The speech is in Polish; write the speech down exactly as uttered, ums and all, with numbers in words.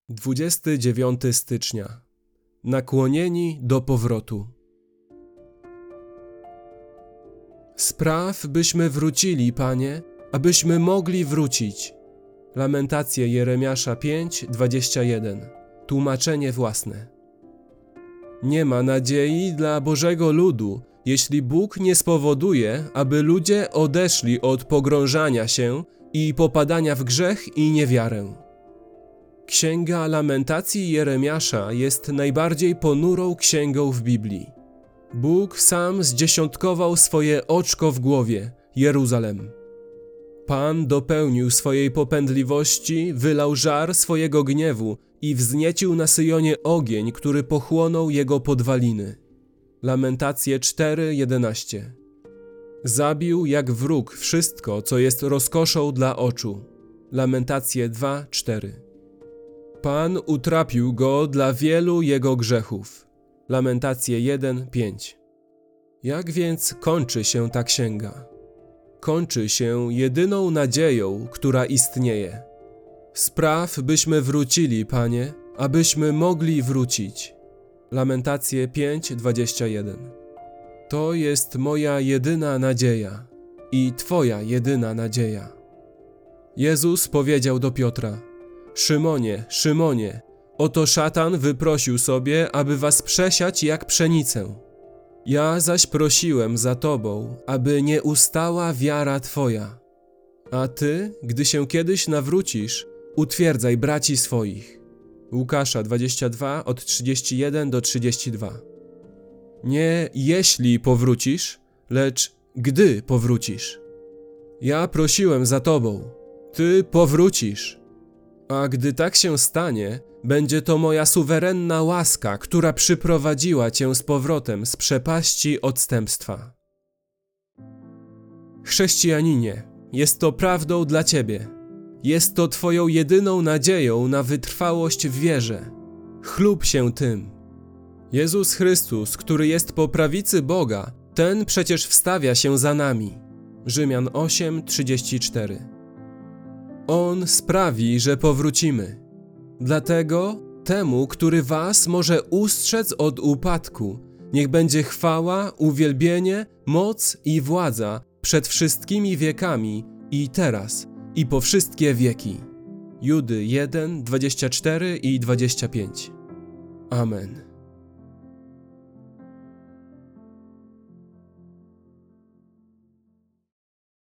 dwudziestego dziewiątego stycznia. Nakłonieni do powrotu. Spraw, byśmy wrócili, Panie, abyśmy mogli wrócić. Lamentacje Jeremiasza pięć, dwadzieścia jeden. Tłumaczenie własne. Nie ma nadziei dla Bożego ludu, jeśli Bóg nie spowoduje, aby ludzie odeszli od pogrążania się i popadania w grzech i niewiarę. Księga Lamentacji Jeremiasza jest najbardziej ponurą księgą w Biblii. Bóg sam zdziesiątkował swoje oczko w głowie, Jeruzalem. Pan dopełnił swojej popędliwości, wylał żar swojego gniewu i wzniecił na Syjonie ogień, który pochłonął jego podwaliny. Lamentacje cztery, jedenaście. Zabił jak wróg wszystko, co jest rozkoszą dla oczu. Lamentacje dwa, cztery. Pan utrapił go dla wielu jego grzechów. Lamentacje jeden, pięć. Jak więc kończy się ta księga? Kończy się jedyną nadzieją, która istnieje. Spraw, byśmy wrócili, Panie, abyśmy mogli wrócić. Lamentacje pięć, dwadzieścia jeden. To jest moja jedyna nadzieja i Twoja jedyna nadzieja. Jezus powiedział do Piotra: Szymonie, Szymonie, oto szatan wyprosił sobie, aby was przesiać jak pszenicę. Ja zaś prosiłem za tobą, aby nie ustała wiara twoja. A ty, gdy się kiedyś nawrócisz, utwierdzaj braci swoich. Łukasza dwadzieścia dwa, od trzydzieści jeden do trzydziestu dwóch. Nie jeśli powrócisz, lecz gdy powrócisz. Ja prosiłem za tobą, ty powrócisz. A gdy tak się stanie, będzie to moja suwerenna łaska, która przyprowadziła cię z powrotem z przepaści odstępstwa. Chrześcijaninie, jest to prawdą dla ciebie. Jest to twoją jedyną nadzieją na wytrwałość w wierze. Chlub się tym. Jezus Chrystus, który jest po prawicy Boga, ten przecież wstawia się za nami. Rzymian osiem, trzydzieści cztery. On sprawi, że powrócimy. Dlatego temu, który was może ustrzec od upadku, niech będzie chwała, uwielbienie, moc i władza przed wszystkimi wiekami i teraz, i po wszystkie wieki. Judy jeden, dwadzieścia cztery i dwadzieścia pięć. Amen.